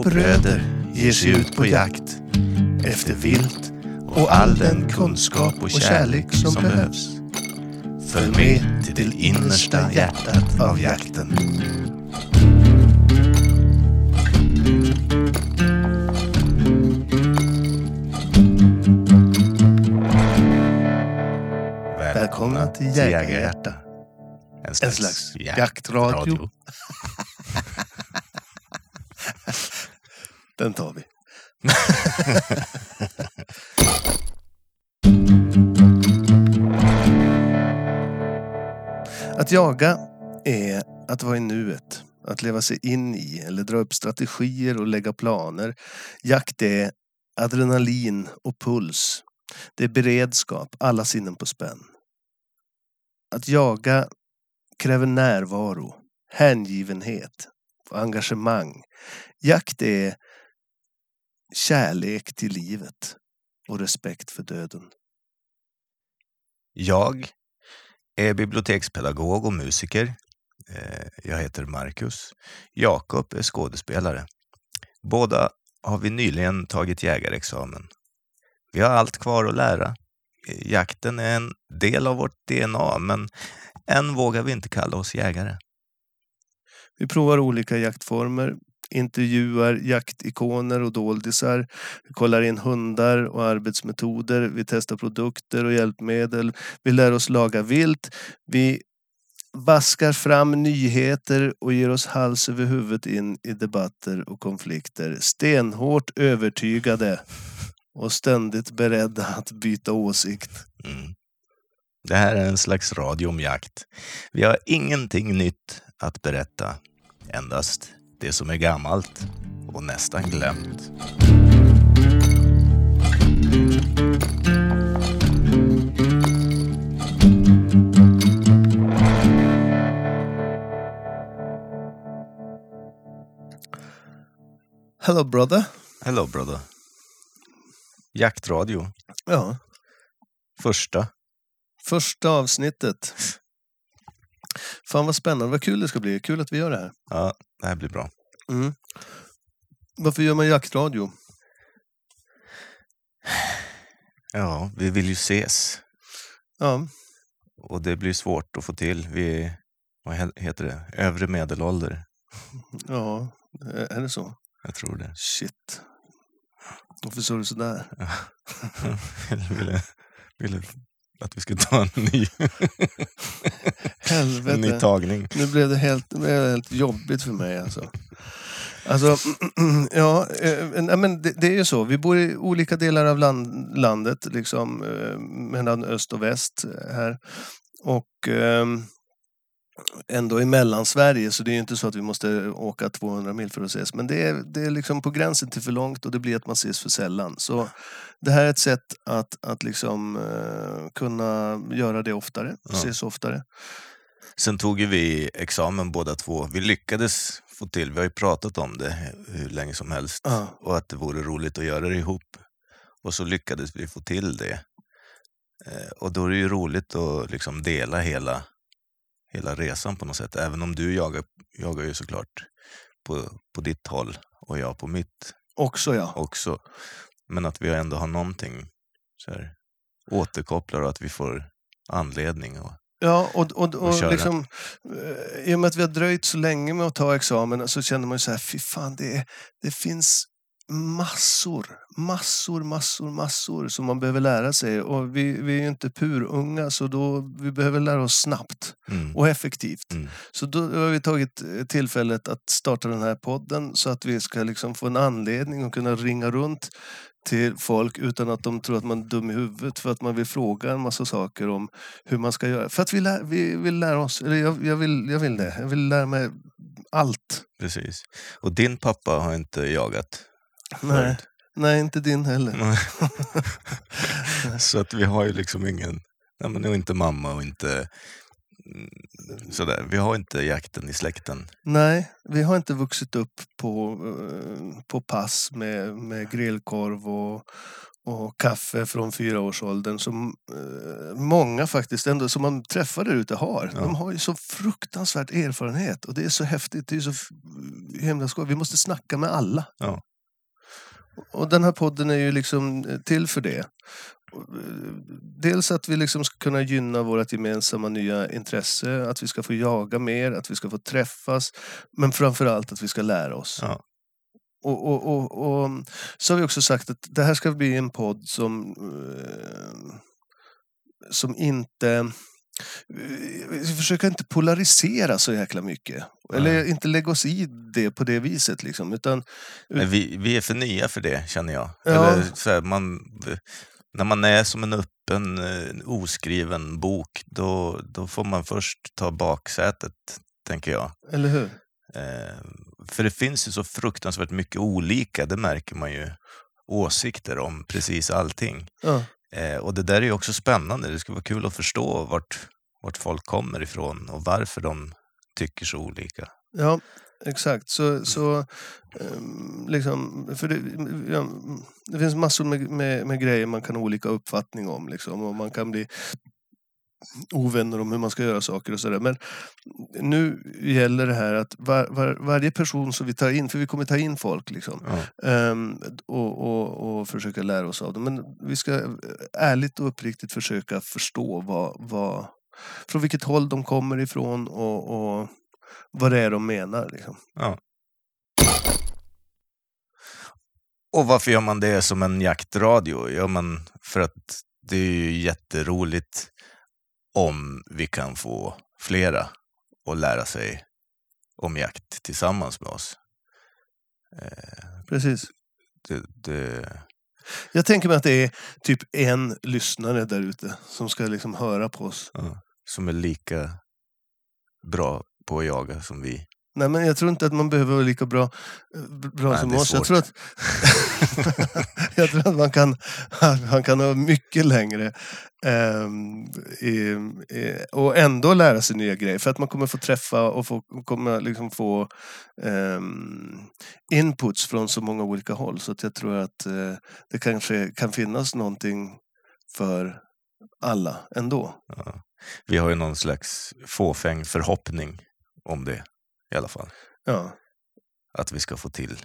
bröder ger sig ut på jakt efter vilt och all den kunskap och kärlek som behövs. Följ med till det innersta hjärtat av jakten. Välkomna till Jägarhjärta. En slags jaktradio. Den tar vi. Att jaga är att vara i nuet. Att leva sig in i eller dra upp strategier och lägga planer. Jakt är adrenalin och puls. Det är beredskap, alla sinnen på spänn. Att jaga kräver närvaro, hängivenhet och engagemang. Jakt är kärlek till livet och respekt för döden. Jag är bibliotekspedagog och musiker. Jag heter Marcus. Jakob är skådespelare. Båda har vi nyligen tagit jägarexamen. Vi har allt kvar att lära. Jakten är en del av vårt DNA, men än vågar vi inte kalla oss jägare. Vi provar olika jaktformer, intervjuar jaktikoner och doldisar, vi kollar in hundar och arbetsmetoder, vi testar produkter och hjälpmedel, vi lär oss laga vilt, vi vaskar fram nyheter och ger oss hals över huvudet in i debatter och konflikter, stenhårt övertygade och ständigt beredda att byta åsikt. Det här är en slags radio om jakt. Vi har ingenting nytt att berätta. Endast det som är gammalt och nästan glömt. Hello brother. Hello brother. Jaktradio. Ja. Första avsnittet. Fan vad spännande, vad kul det ska bli. Kul att vi gör det här. Ja, det här blir bra. Varför gör man jaktradio? Ja, vi vill ju ses. Ja. Och det blir svårt att få till. Vi, vad heter det? Övre medelålder. Ja, är det så? Jag tror det. Shit. Varför sa du sådär? Jag ville att vi skulle ta en ny Helvete. En ny tagning. Nu blev det helt jobbigt för mig alltså. Ja, men det är ju så. Vi bor i olika delar av landet liksom mellan öst och väst här. Och ändå i Mellansverige, så det är ju inte så att vi måste åka 200 mil för att ses. Men det är liksom på gränsen till för långt och det blir att man ses för sällan. Så det här är ett sätt att liksom kunna göra det oftare, ses oftare. Sen tog ju vi examen båda två. Vi lyckades få till, vi har ju pratat om det hur länge som helst. Och att det vore roligt att göra det ihop. Och så lyckades vi få till det. Och då är det ju roligt att liksom dela hela resan på något sätt. Även om du jagar ju såklart på ditt håll och jag på mitt. Också. Men att vi ändå har någonting så här, återkopplar och att vi får anledning och ja, och liksom, i och med att vi har dröjt så länge med att ta examen så känner man ju så här, fy fan, det finns massor som man behöver lära sig. Och vi är ju inte purunga, så då vi behöver lära oss snabbt och effektivt. Så då har vi tagit tillfället att starta den här podden så att vi ska liksom få en anledning att kunna ringa runt till folk utan att de tror att man är dum i huvudet, för att man vill fråga en massa saker om hur man ska göra. För att vi vill lära oss, eller jag vill det. Jag vill lära mig allt. Precis. Och din pappa har inte jagat? Nej, inte din heller. Så att vi har ju liksom ingen, nej men inte mamma och inte sådär. Vi har inte jakten i släkten. Nej, vi har inte vuxit upp på pass med grillkorv och kaffe från 4-årsåldern som många faktiskt ändå som man träffar där ute har. Ja. De har ju så fruktansvärt erfarenhet och det är så häftigt. Det är så himla skoj. Vi måste snacka med alla. Ja. Och den här podden är ju liksom till för det. Dels att vi liksom ska kunna gynna vårt gemensamma nya intresse, att vi ska få jaga mer, att vi ska få träffas, men framförallt att vi ska lära oss. Ja. Och så har vi också sagt att det här ska bli en podd som inte... Vi försöker inte polarisera så jäkla mycket. Eller inte lägga oss i det på det viset. Liksom, utan... Men vi är för nya för det, känner jag. Ja. Eller, så här, när man är som en öppen, oskriven bok, då får man först ta baksätet, tänker jag. Eller hur? För det finns ju så fruktansvärt mycket olika, det märker man ju, åsikter om precis allting. Ja. Och det där är ju också spännande. Det skulle vara kul att förstå vart folk kommer ifrån och varför de tycker så olika. Ja, exakt. Så liksom, för det finns massor med grejer man kan ha olika uppfattning om. Liksom, och man kan bli ovänner om hur man ska göra saker och sådär. Men nu gäller det här att varje person som vi tar in, för vi kommer ta in folk liksom, och försöka lära oss av dem. Men vi ska ärligt och uppriktigt försöka förstå från vilket håll de kommer ifrån och vad det är de menar. Liksom. Ja. Och varför gör man det som en jaktradio? Gör man för att det är ju jätteroligt om vi kan få flera att lära sig om jakt tillsammans med oss. Precis. Jag tänker mig att det är typ en lyssnare där ute som ska liksom höra på oss. Ja, som är lika bra på att jaga som vi. Nej, men jag tror inte att man behöver vara lika bra som oss. Jag tror att man kan ha mycket längre och ändå lära sig nya grejer. För att man kommer få träffa och kommer liksom få inputs från så många olika håll. Så att jag tror att det kanske kan finnas någonting för alla ändå. Ja. Vi har ju någon slags fåfäng förhoppning om det i alla fall. Ja. Att vi ska få till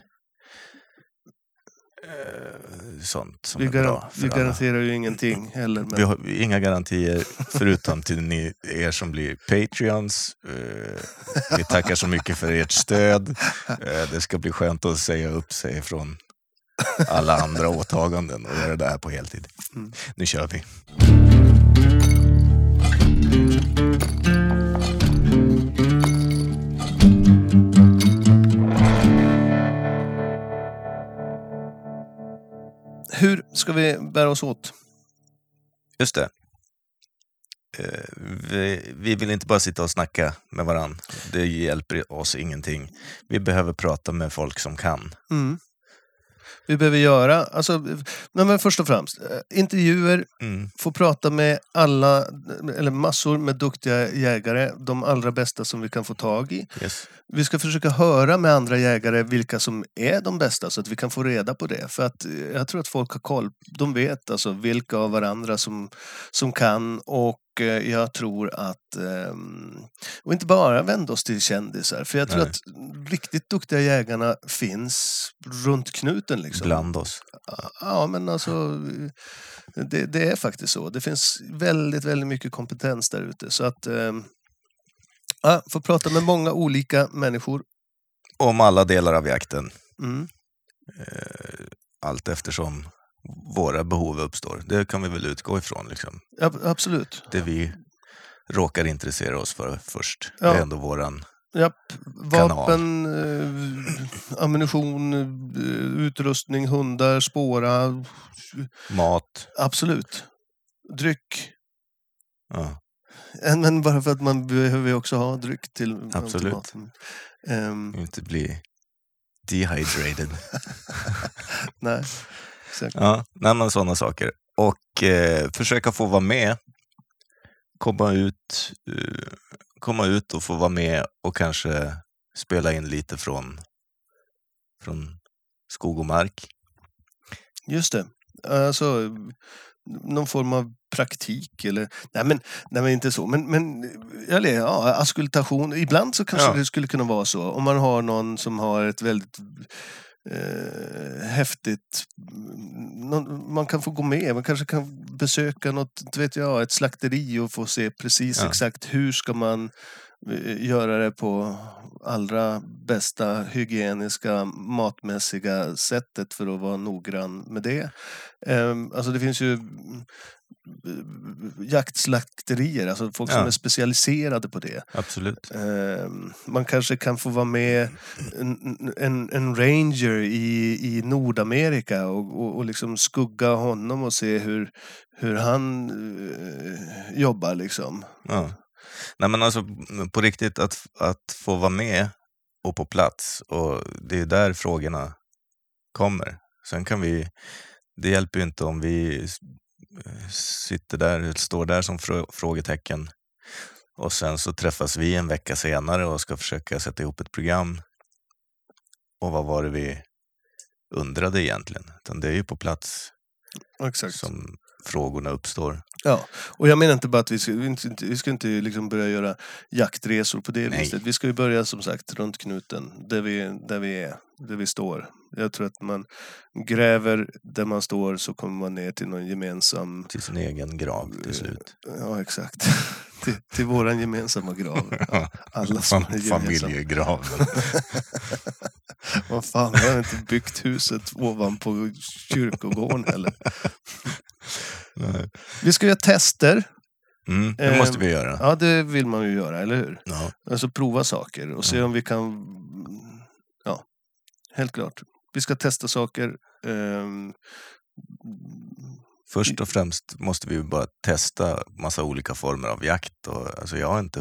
sånt som vi är bra för vi garanterar ju ingenting heller. Men... Vi har inga garantier förutom till er som blir Patreons. Vi tackar så mycket för ert stöd. Det ska bli skönt att säga upp sig från alla andra åtaganden och göra det här på heltid. Nu kör vi. Hur ska vi bära oss åt? Just det. Vi vill inte bara sitta och snacka med varann. Det hjälper oss ingenting. Vi behöver prata med folk som kan. Vi behöver göra, men först och främst, intervjuer, få prata med alla, eller massor med duktiga jägare, de allra bästa som vi kan få tag i. Yes. Vi ska försöka höra med andra jägare vilka som är de bästa så att vi kan få reda på det. För att jag tror att folk har koll, de vet alltså vilka av varandra som kan, och jag tror att och inte bara vända oss till kändisar, för jag tror att riktigt duktiga jägarna finns runt knuten liksom. Bland oss. Ja, men alltså det är faktiskt så. Det finns väldigt, väldigt mycket kompetens där ute, så att få prata med många olika människor om alla delar av jakten. Allt eftersom våra behov uppstår. Det kan vi väl utgå ifrån liksom. Ja, absolut. Det vi råkar intressera oss för först. Ja. Det är ändå våran vapen, ammunition, utrustning, hundar, spåra, mat. Absolut. Dryck. Ja. Men bara för att man behöver också ha dryck till absolut. Inte bli dehydrated. Nej. Exakt. Ja, men sådana saker. Och försöka få vara med. Komma ut och få vara med och kanske spela in lite från skog och mark. Just det. Alltså någon form av praktik eller nej men inte så men eller ja, auskultation. Ibland så kanske det skulle kunna vara så om man har någon som har ett väldigt häftigt, man kan få gå med, man kanske kan besöka något, vet jag, ett slakteri och få se precis exakt hur ska man göra det på allra bästa hygieniska matmässiga sättet för att vara noggrann med det. Alltså det finns ju jaktslakterier, alltså folk som är specialiserade på det. Absolut. Man kanske kan få vara med en ranger i Nordamerika och liksom skugga honom och se hur han jobbar liksom. Ja. Nej men alltså på riktigt att få vara med och på plats, och det är där frågorna kommer. Sen kan det hjälper ju inte om vi sitter där, står där som frågetecken och sen så träffas vi en vecka senare och ska försöka sätta ihop ett program. Och vad var det vi undrade egentligen? Utan det är ju på plats som frågorna uppstår. Ja, och jag menar inte bara att vi ska inte liksom börja göra jaktresor på det viset. Vi ska ju börja som sagt runt knuten, där vi står. Jag tror att man gräver där man står så kommer man ner till någon gemensam... Till sin egen grav till slut. Ja, exakt. till våran gemensamma grav. Alla som är familjegraven. Vad fan, jag har inte byggt huset ovanpå kyrkogården heller. Nej. Vi ska göra tester. Det måste vi göra. Ja, det vill man ju göra, eller hur? Ja. Alltså prova saker och se om vi kan... Ja, helt klart. Vi ska testa saker. Först och främst måste vi bara testa massa olika former av jakt. Och, alltså jag har inte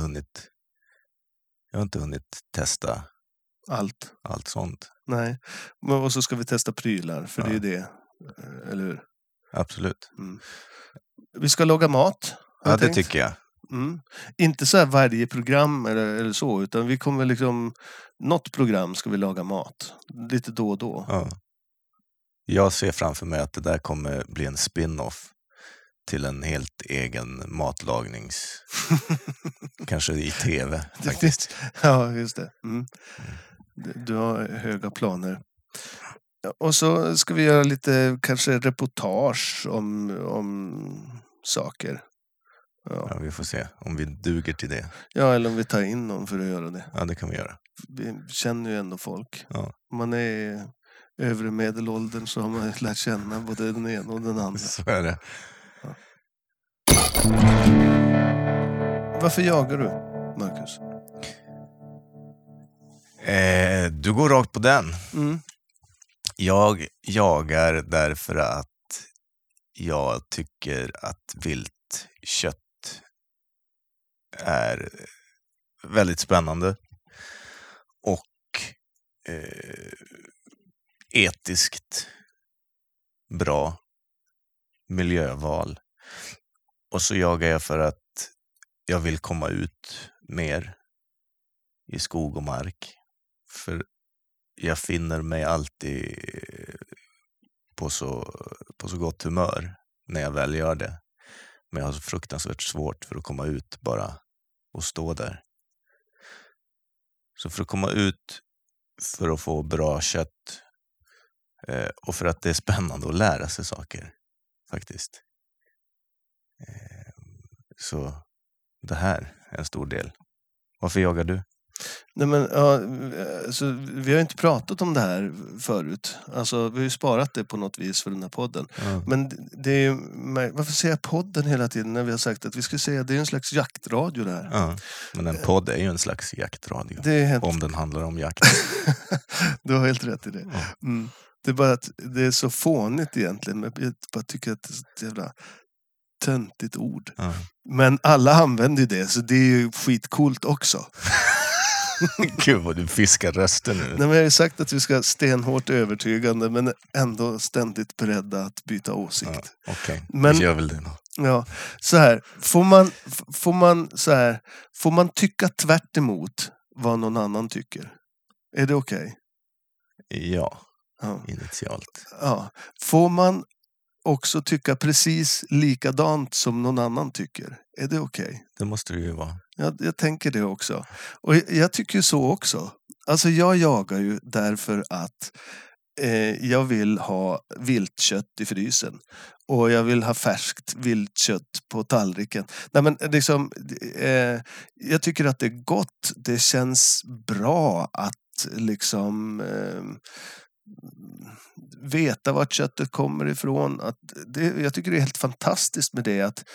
hunnit testa allt sånt. Nej, och så ska vi testa prylar, för det är ju det, eller hur? Absolut. Vi ska laga mat. Ja, det tycker jag. Inte så här varje program eller så, utan vi kommer liksom, något program ska vi laga mat. Lite då och då. Ja. Jag ser framför mig att det där kommer bli en spin-off till en helt egen matlagnings... kanske i tv faktiskt. Ja, just det. Du har höga planer. Och så ska vi göra lite kanske reportage om saker. Ja, vi får se om vi duger till det. Ja, eller om vi tar in någon för att göra det. Ja, det kan vi göra. Vi känner ju ändå folk. Ja. Om man är övre medelåldern så har man lärt känna både den ena och den andra. Så är det. Ja. Varför jagar du, Marcus? Du går rakt på den. Jag jagar därför att jag tycker att viltkött är väldigt spännande och etiskt bra miljöval. Och så jagar jag för att jag vill komma ut mer i skog och mark. För jag finner mig alltid på så gott humör när jag väl gör det. Men jag har så fruktansvärt svårt för att komma ut bara och stå där. Så för att komma ut, för att få bra kött och för att det är spännande att lära sig saker faktiskt. Så det här är en stor del. Varför jagar du? Nej, men, ja, alltså, vi har inte pratat om det här förut. Alltså, vi har ju sparat det på något vis för den här podden. Men det är, varför säger jag podden hela tiden när vi har sagt att vi ska säga att det är en slags jaktradio där? Ja, men en podd är ju en slags jaktradio. Det är helt... Om den handlar om jakt. Du har helt rätt i det. Det är bara att det är så fånigt egentligen. Jag bara tycker att det är ett jävla töntigt ord. Men alla använder det, så det är ju skitcoolt också. Gud vad du fiskar rösten nu. Nej, men jag har ju sagt att vi ska stενhårt övertygande, men ändå ständigt beredda att byta åsikt. Okej, men vi gör väl det då. Ja, så här, får man tycka tvärt emot vad någon annan tycker? Är det okej? Ja, initialt. Ja, får man också tycka precis likadant som någon annan tycker. Är det okej? Det måste det ju vara. Jag tänker det också. Och jag tycker så också. Alltså jag jagar ju därför att jag vill ha viltkött i frysen. Och jag vill ha färskt viltkött på tallriken. Nej, men liksom, jag tycker att det är gott. Det känns bra att liksom veta vart köttet kommer ifrån. Jag tycker det är helt fantastiskt med det att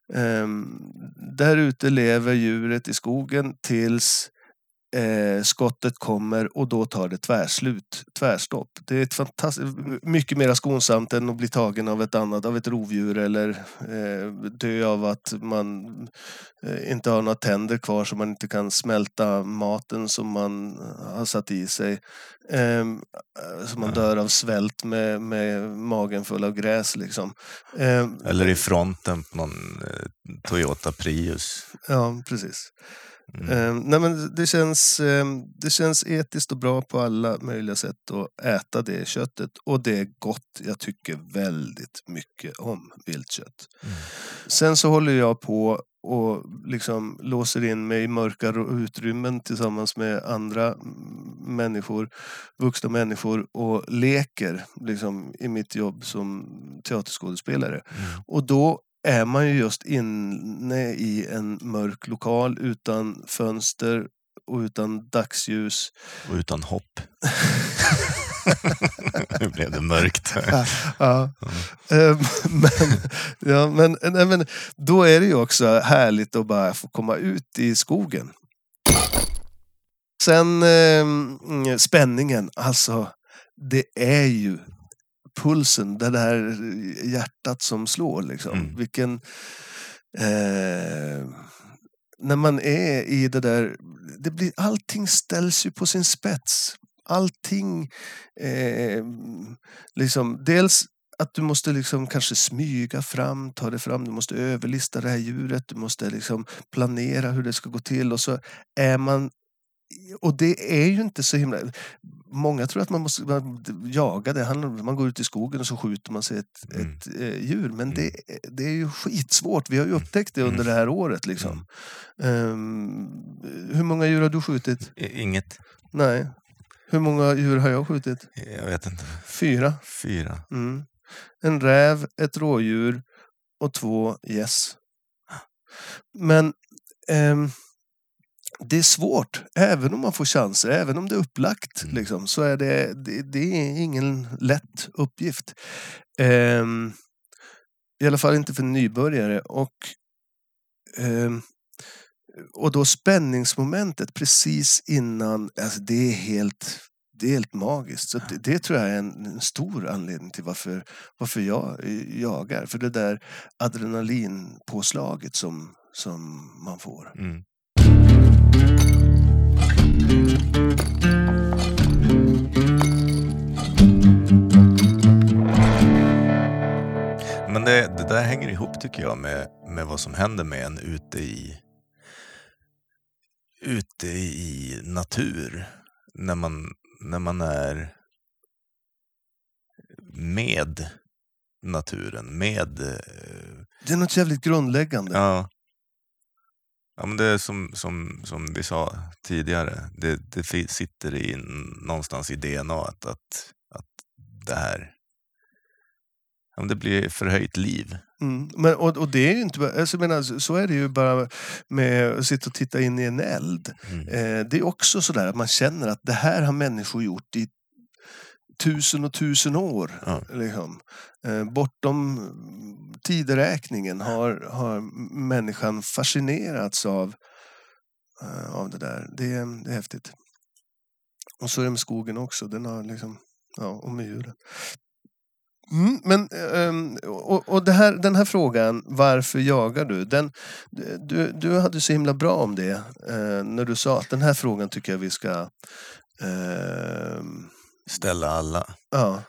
där ute lever djuret i skogen tills skottet kommer och då tar det tvärstopp. Det är ett fantastiskt, mycket mer skonsamt än att bli tagen av ett rovdjur eller dö av att man inte har några tänder kvar så man inte kan smälta maten som man har satt i sig. Så man dör av svält med magen full av gräs liksom. Eller i fronten på någon Toyota Prius. Ja, precis. Nej, men det känns etiskt och bra på alla möjliga sätt att äta det köttet. Och det är gott. Jag tycker väldigt mycket om viltkött. Sen så håller jag på och liksom låser in mig i mörka utrymmen tillsammans med andra människor, vuxna människor, och leker liksom i mitt jobb som teaterskådespelare. Och då är man ju just inne i en mörk lokal utan fönster och utan dagsljus. Och utan hopp. Nu blev det mörkt. Ja. Men då är det ju också härligt att bara få komma ut i skogen. Sen spänningen, alltså det är ju pulsen, det där hjärtat som slår liksom. Vilken när man är i det där, allting ställs ju på sin spets. Allting liksom, dels att du måste liksom kanske smyga fram, ta det fram, du måste överlista det här djuret, du måste liksom planera hur det ska gå till, och så är man, och det är ju inte så himla, många tror att man måste jaga det, man går ut i skogen och så skjuter man sig ett djur, men det är ju skitsvårt. Vi har ju upptäckt det under det här året liksom. Hur många djur har du skjutit? Inget. Nej. Hur många djur har jag skjutit? Jag vet inte. 4. En räv, ett rådjur och 2 gäss. Men det är svårt, även om man får chanser, även om det är upplagt liksom, så är det är ingen lätt uppgift. I alla fall inte för nybörjare. Och då spänningsmomentet precis innan, alltså det är helt magiskt. Så det tror jag är en stor anledning till varför jag jagar. För det där adrenalinpåslaget som man får. Men det där hänger ihop tycker jag med vad som händer med en ute i natur. När man är med naturen, det är något jävligt grundläggande. Ja, men det är som vi sa tidigare, det sitter någonstans i DNA att det här, det blir förhöjt liv. Men, och det är ju inte, alltså, så är det ju bara med att sitta och titta in i en eld. Det är också sådär att man känner att det här har människor gjort i 1000 och 1000 år. Liksom. Bortom tideräkningen har människan fascinerats av det där. Det är häftigt. Och så är det med skogen också. Den har liksom, och med djuren. Men och den här frågan, varför jagar du? Du hade så himla bra om det när du sa att den här frågan tycker jag vi ska ställa alla. Ja.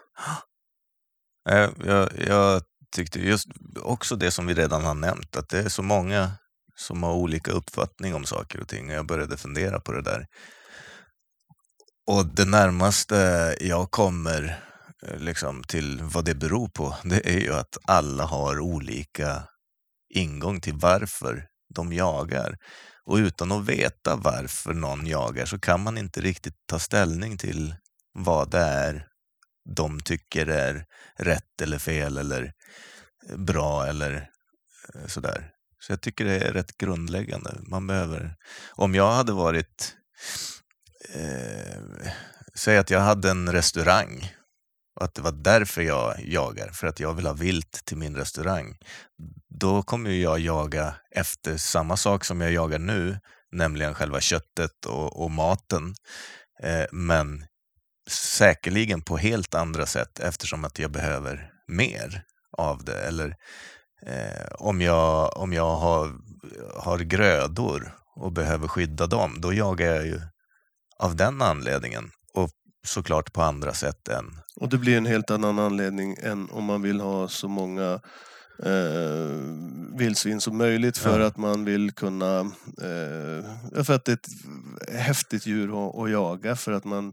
Jag tyckte just också det som vi redan har nämnt, att det är så många som har olika uppfattning om saker och ting, och jag började fundera på det där. Och det närmaste jag kommer liksom till vad det beror på, det är ju att alla har olika ingång till varför de jagar. Och utan att veta varför någon jagar så kan man inte riktigt ta ställning till vad det är de tycker är rätt eller fel eller bra eller sådär. Så jag tycker det är rätt grundläggande. Man behöver, om jag hade varit säg att jag hade en restaurang och att det var därför jag jagar, för att jag vill ha vilt till min restaurang, då kommer jag jaga efter samma sak som jag jagar nu, nämligen själva köttet och maten, men säkerligen på helt andra sätt, eftersom att jag behöver mer av det. Eller om jag har grödor och behöver skydda dem, då jagar jag ju av den anledningen, och såklart på andra sätt än. Och det blir en helt annan anledning än om man vill ha så många vildsvin som möjligt, för att man vill kunna för att det är ett häftigt djur att jaga, för att man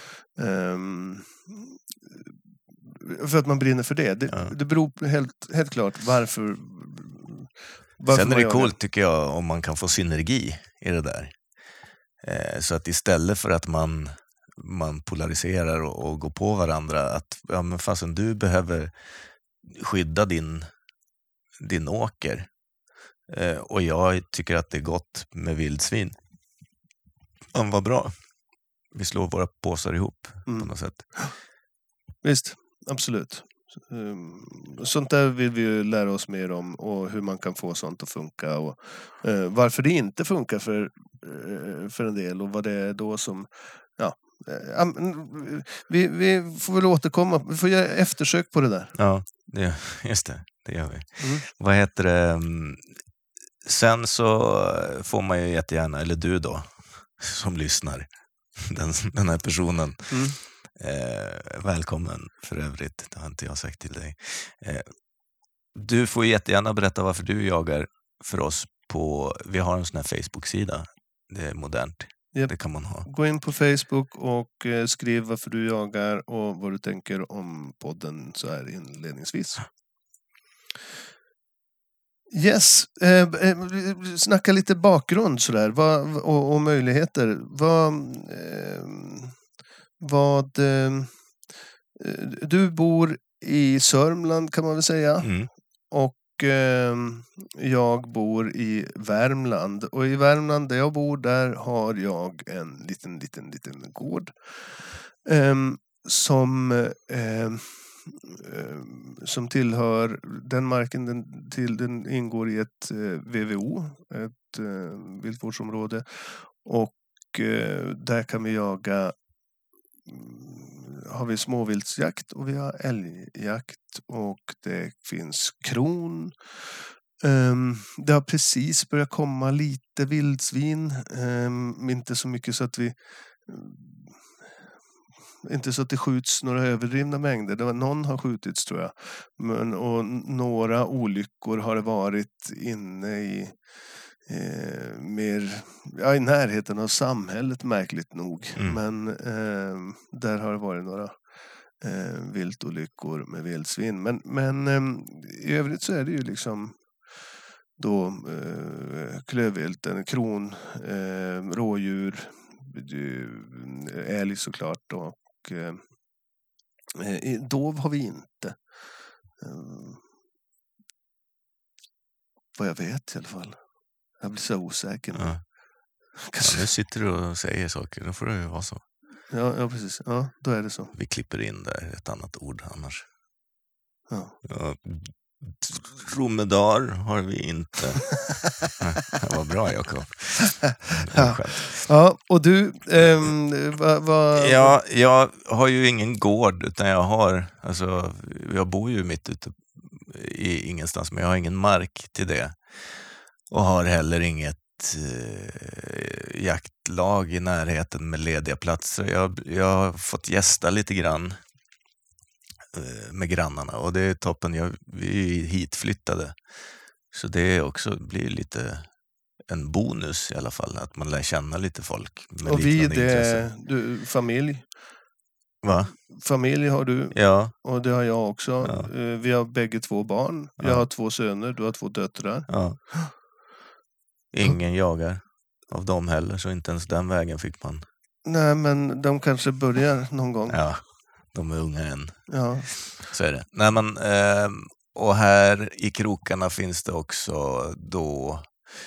brinner för det. Det beror helt klart varför sen är det coolt tycker jag om man kan få synergi i det där. Så att istället för att man polariserar och går på varandra, att ja, men fastän du behöver skydda din åker, och jag tycker att det är gott med vildsvin. Vad bra. Vi slår våra påsar ihop på något sätt. Visst, absolut. Sånt där vill vi ju lära oss mer om, och hur man kan få sånt att funka, och varför det inte funkar för en del, och vad det är då som vi får väl återkomma. Vi får göra eftersök på det där. Ja, just det. Det gör vi. Vad heter det? Sen så får man ju jättegärna, eller du då som lyssnar, den här personen, välkommen för övrigt, det har inte jag sagt till dig. Du får jättegärna berätta varför du jagar för oss vi har en sån här Facebook-sida, det är modernt. Yep. Det kan man ha. Gå in på Facebook och skriv varför du jagar och vad du tänker om podden så här inledningsvis. Yes, snacka lite bakgrund sådär, och möjligheter. Du bor i Sörmland kan man väl säga, och jag bor i Värmland, och i Värmland där jag bor, där har jag en liten gård som tillhör den marken, den ingår i ett VVO, ett viltvårdsområde, och där kan vi jaga, har vi småviltsjakt och vi har älgjakt, och det finns kron. Det har precis börjat komma lite vildsvin, inte så mycket så att inte så att det skjuts några överdrivna mängder. Någon har skjutits tror jag. Och några olyckor har det varit inne i i närheten av samhället, märkligt nog. Men där har det varit några viltolyckor med vildsvin. Men i övrigt så är det ju liksom då klövvilten, kron, rådjur, älg såklart, och dov har vi inte. Vad jag vet i alla fall. Jag blir så osäker. Ja. Nu sitter du och säger saker, då får det ju vara så. Ja, precis. Ja, då är det så. Vi klipper in där ett annat ord annars. Ja. Dromedar har vi inte. Det var bra, Jakob. Ja, och du... Ja, jag har ju ingen gård, utan jag bor ju mitt ute i ingenstans, men jag har ingen mark till det. Och har heller inget jaktlag i närheten med lediga platser. Jag har fått gästa lite grann med grannarna, och det är toppen. Vi är hitflyttade, så det blir lite en bonus i alla fall, att man lär känna lite folk med och liknande intressen. Du, familj? Va? Familj har du. Ja. Och det har jag också. Ja. Vi har bägge 2 barn. Jag har 2 söner, du har 2 döttrar. Ja. Ingen jagar av dem heller, så inte ens den vägen fick man. Nej, men de kanske börjar någon gång. Ja, de är unga än. Ja. Så är det. Nej, men, och här i krokarna finns det också då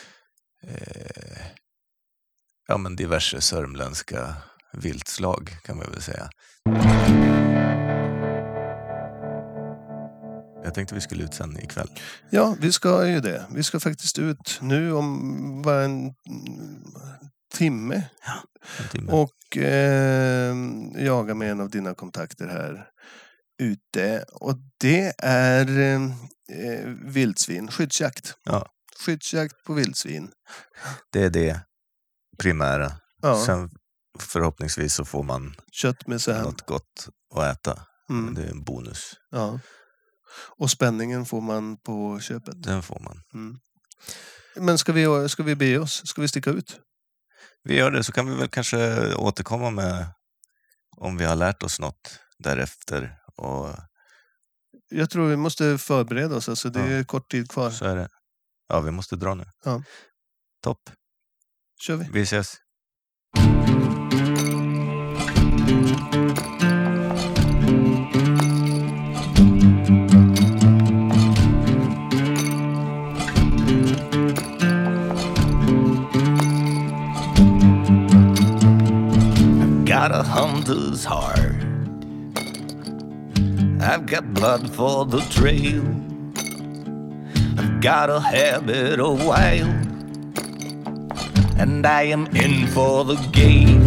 men diverse sörmländska viltslag, kan man väl säga. Jag tänkte vi skulle ut sen ikväll. Ja, vi ska ju det. Vi ska faktiskt ut nu om bara en timme. Ja, en timme. Och jaga med en av dina kontakter här ute. Och det är vildsvin, skyddsjakt. Ja. Skyddsjakt på vildsvin. Det är det primära. Ja. Sen förhoppningsvis så får man kött med sig något gott att äta. Mm. Det är en bonus. Ja. Och spänningen får man på köpet. Den får man. Mm. Men ska vi be oss? Ska vi sticka ut? Vi gör det, så kan vi väl kanske återkomma med om vi har lärt oss något därefter. Och... Jag tror vi måste förbereda oss. Alltså det är kort tid kvar. Så är det. Ja, vi måste dra nu. Ja. Topp. Kör vi. Vi ses. Got a hunter's heart. I've got blood for the trail. I've got a habit of wild, and I am in for the game.